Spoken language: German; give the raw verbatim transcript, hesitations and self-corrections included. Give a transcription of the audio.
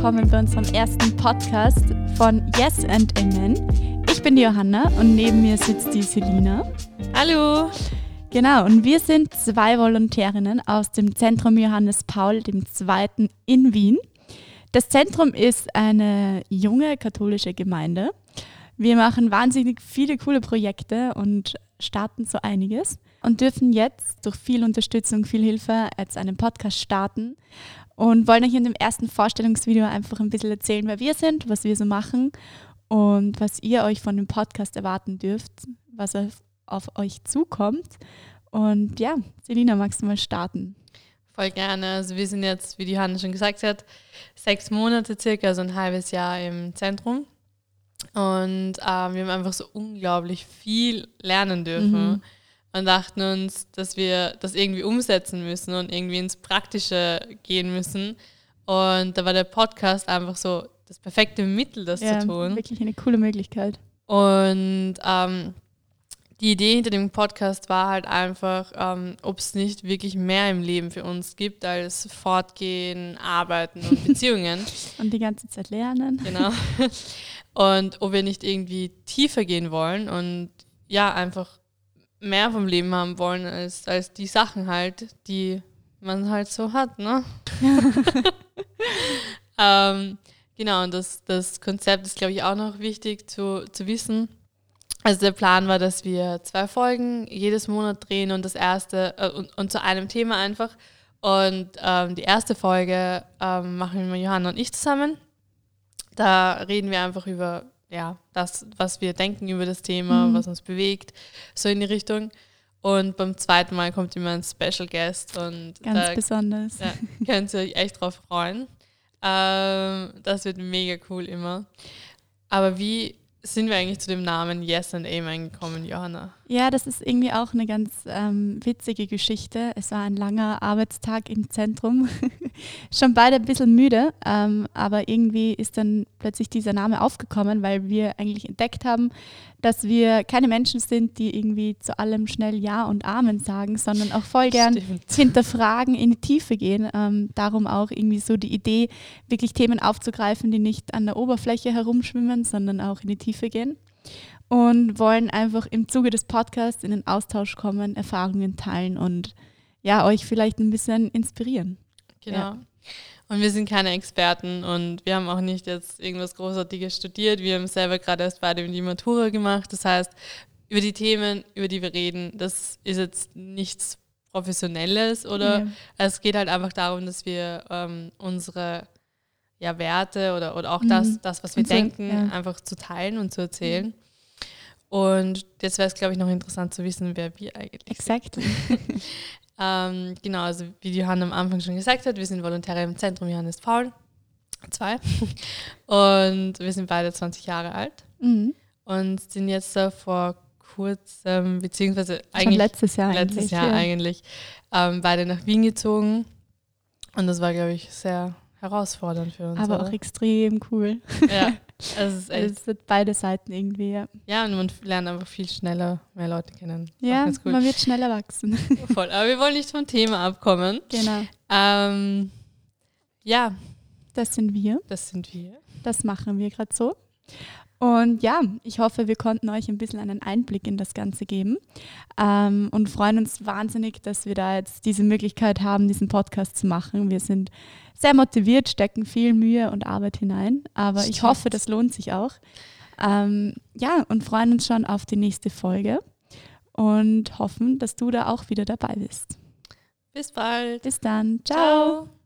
willkommen bei unserem ersten Podcast von Yes and Amen. Ich bin die Johanna und neben mir sitzt die Selina. Hallo! Genau, und wir sind zwei Volontärinnen aus dem Zentrum Johannes Paul der Zweite in Wien. Das Zentrum ist eine junge katholische Gemeinde. Wir machen wahnsinnig viele coole Projekte und starten so einiges und dürfen jetzt durch viel Unterstützung, viel Hilfe jetzt einen Podcast starten und wollen euch in dem ersten Vorstellungsvideo einfach ein bisschen erzählen, wer wir sind, was wir so machen und was ihr euch von dem Podcast erwarten dürft, was auf, auf euch zukommt. Und ja, Selina, magst du mal starten? Voll gerne. Also wir sind jetzt, wie die Johanna schon gesagt hat, sechs Monate circa, also ein halbes Jahr im Zentrum. Und ähm, wir haben einfach so unglaublich viel lernen dürfen mhm. und dachten uns, dass wir das irgendwie umsetzen müssen und irgendwie ins Praktische gehen müssen. Und da war der Podcast einfach so das perfekte Mittel, das ja, zu tun. Wirklich eine coole Möglichkeit. Und ähm, die Idee hinter dem Podcast war halt einfach, ähm, ob es nicht wirklich mehr im Leben für uns gibt als Fortgehen, Arbeiten und Beziehungen. Und die ganze Zeit lernen. Genau. Und ob wir nicht irgendwie tiefer gehen wollen und ja, einfach mehr vom Leben haben wollen als, als die Sachen halt, die man halt so hat, ne? ähm, genau, und das, das Konzept ist, glaube ich, auch noch wichtig zu, zu wissen. Also der Plan war, dass wir zwei Folgen jedes Monat drehen und das erste äh, und, und zu einem Thema einfach. Und ähm, die erste Folge ähm, machen wir Johanna und ich zusammen. Da reden wir einfach über ja, das, was wir denken über das Thema, mhm. was uns bewegt, so in die Richtung. Und beim zweiten Mal kommt immer ein Special Guest. Und Ganz da, besonders. Ja, könnt ihr euch echt drauf freuen. Ähm, das wird mega cool immer. Aber wie sind wir eigentlich zu dem Namen Yes and Amen gekommen, Johanna? Ja, das ist irgendwie auch eine ganz ähm, witzige Geschichte. Es war ein langer Arbeitstag im Zentrum. Schon beide ein bisschen müde, ähm, aber irgendwie ist dann plötzlich dieser Name aufgekommen, weil wir eigentlich entdeckt haben, dass wir keine Menschen sind, die irgendwie zu allem schnell Ja und Amen sagen, sondern auch voll gern Stimmt. hinterfragen, in die Tiefe gehen. Ähm, darum auch irgendwie so die Idee, wirklich Themen aufzugreifen, die nicht an der Oberfläche herumschwimmen, sondern auch in die Tiefe gehen. Und wollen einfach im Zuge des Podcasts in den Austausch kommen, Erfahrungen teilen und ja, euch vielleicht ein bisschen inspirieren. Genau. Ja. Und wir sind keine Experten und wir haben auch nicht jetzt irgendwas Großartiges studiert. Wir haben selber gerade erst beide die Matura gemacht. Das heißt, über die Themen, über die wir reden, das ist jetzt nichts Professionelles oder ja. Es geht halt einfach darum, dass wir ähm, unsere ja, Werte oder, oder auch mhm. das, das, was wir und denken, so, ja. einfach zu teilen und zu erzählen. Mhm. Und jetzt wäre es, glaube ich, noch interessant zu wissen, wer wir eigentlich Exakt. sind. ähm, genau, also wie die Johanna am Anfang schon gesagt hat, wir sind Volontäre im Zentrum Johannes Paul zwei und wir sind beide zwanzig Jahre alt mhm. und sind jetzt da vor kurzem, beziehungsweise eigentlich schon letztes Jahr letztes eigentlich, Jahr ja. eigentlich ähm, beide nach Wien gezogen und das war, glaube ich, sehr herausfordernd für uns. Aber oder? auch extrem cool. Ja, es ist echt. Es wird beide Seiten irgendwie, ja. Ja, und man lernt einfach viel schneller mehr Leute kennen. Ja, cool. Man wird schneller wachsen. Voll, aber wir wollen nicht vom Thema abkommen. Genau. Ähm, ja. Das sind wir. Das sind wir. Das machen wir gerade so. Und ja, ich hoffe, wir konnten euch ein bisschen einen Einblick in das Ganze geben ähm, und freuen uns wahnsinnig, dass wir da jetzt diese Möglichkeit haben, diesen Podcast zu machen. Wir sind sehr motiviert, stecken viel Mühe und Arbeit hinein, aber Stimmt. Ich hoffe, das lohnt sich auch. Ähm, ja, und freuen uns schon auf die nächste Folge und hoffen, dass du da auch wieder dabei bist. Bis bald. Bis dann. Ciao. Ciao.